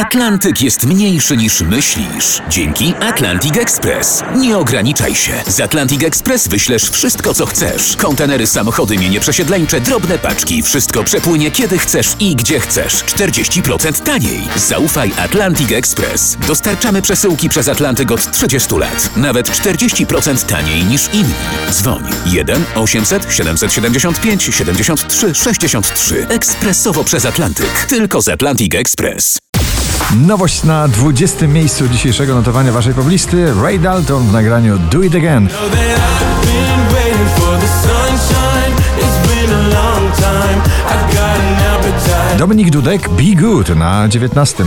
Atlantyk jest mniejszy niż myślisz. Dzięki Atlantic Express. Nie ograniczaj się. Z Atlantic Express wyślesz wszystko, co chcesz. Kontenery, samochody, mienie przesiedleńcze, drobne paczki. Wszystko przepłynie kiedy chcesz i gdzie chcesz. 40% taniej. Zaufaj Atlantic Express. Dostarczamy przesyłki przez Atlantyk od 30 lat. Nawet 40% taniej niż inni. Dzwoń 1 800 775 73 63. Ekspresowo przez Atlantyk. Tylko z Atlantic Express. Nowość na 20. miejscu dzisiejszego notowania waszej poblisty. Ray Dalton w nagraniu Do It Again. Dominik Dudek Be Good na 19.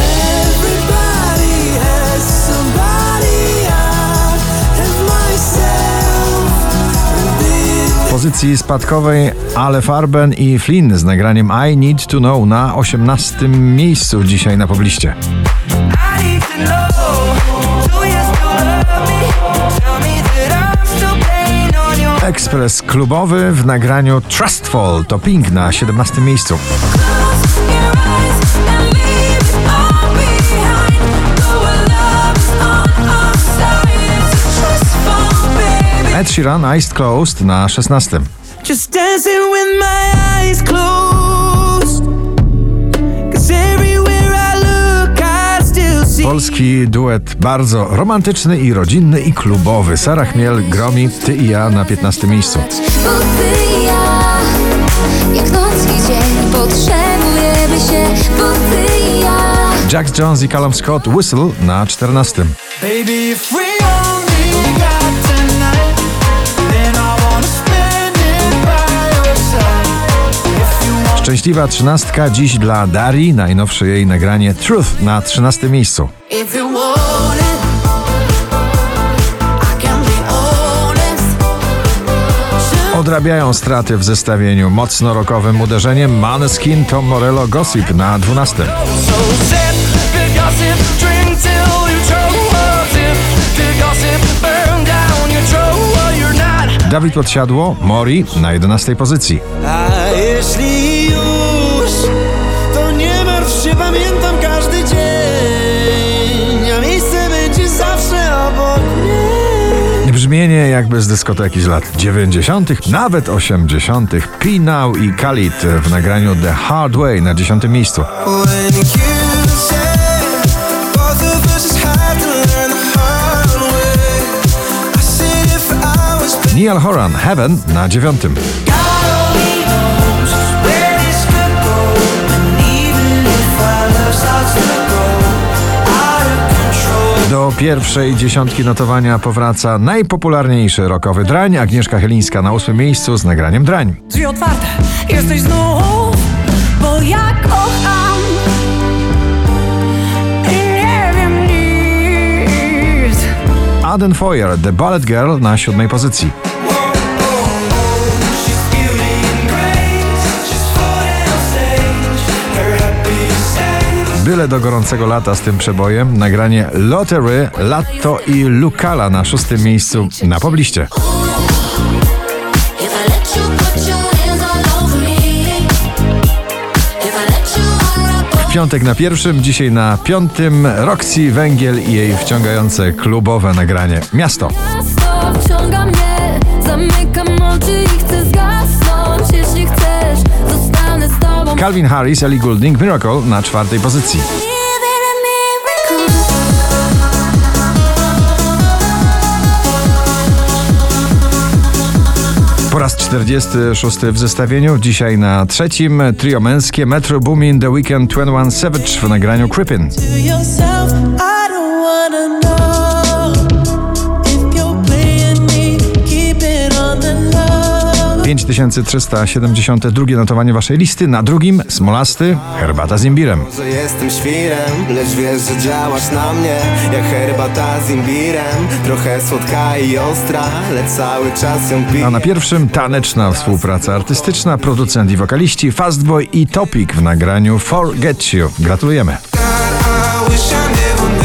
W pozycji spadkowej Ale Farben i Flynn z nagraniem I Need To Know na 18. miejscu dzisiaj na pobliście. Ekspres klubowy w nagraniu Trustful to Pink na 17. miejscu. Ed Sheeran Eyes Closed na 16. Just dancing with my eyes closed. 'Cause everywhere I look I still see. Polski duet bardzo romantyczny i rodzinny i klubowy. Sara Chmiel, Gromi, Ty i ja na 15. miejscu. Bo ty i ja, jak noc i dzień, potrzebujemy się, bo ty i ja. Jax Jones i Callum Scott Whistle na 14. Baby, if we only got tonight, then I wanna spend it by your side. If you want. Szczęśliwa 13 dziś dla Darii, najnowsze jej nagranie Truth na 13. miejscu. If you want it, I can be honest. Odrabiają straty w zestawieniu mocno rockowym uderzeniem Måneskin, Tom Morello, Gossip na 12. So sip the gossip, drink till you choke. Sip the gossip, burn down your throat. You're not. Dawid Podsiadło, Mori na 11. pozycji. A jeśli już, to nie martw się, pamiętam każdy dzień, a miejsce będzie zawsze obok mnie. Brzmienie jakby z dyskoteki z lat 90., nawet 80. P-Now i Khalid w nagraniu The Hard Way na 10. miejscu. When you say both of us have to learn the hard way, I said if I was Niall Horan, Heaven na 9. Do pierwszej dziesiątki notowania powraca najpopularniejszy rockowy drań. Agnieszka Chylińska na 8. miejscu z nagraniem Drań. Drzwi otwarte, jesteś znów, bo ja kocham i nie wiem nic. Aden Foyer, The Ballet Girl na 7. pozycji. Byle do gorącego lata z tym przebojem. Nagranie Lottery, Latto i Lukala na 6. miejscu na pobliście. W piątek na 1, dzisiaj na 5. Roxy Węgiel i jej wciągające klubowe nagranie Miasto. Wciąga mnie, zamykam oczy i chcę zgasnąć. Jeśli chcesz, zostanę z tobą. Calvin Harris, Ellie Goulding, Miracle na 4. pozycji. Po raz 46 w zestawieniu, dzisiaj na 3. trio męskie Metro Boomin, The Weeknd, 21 Savage w nagraniu Creepin'. 5372 notowanie waszej listy. Na 2. Smolasty, Herbata z imbirem. Może jestem świrem, lecz wiesz, że działasz na mnie jak herbata z imbirem. Trochę słodka i ostra, lecz cały czas ją piję. A na 1. taneczna współpraca artystyczna, producent i wokaliści Fastboy i Topic w nagraniu Forget You. Gratulujemy. I wish I never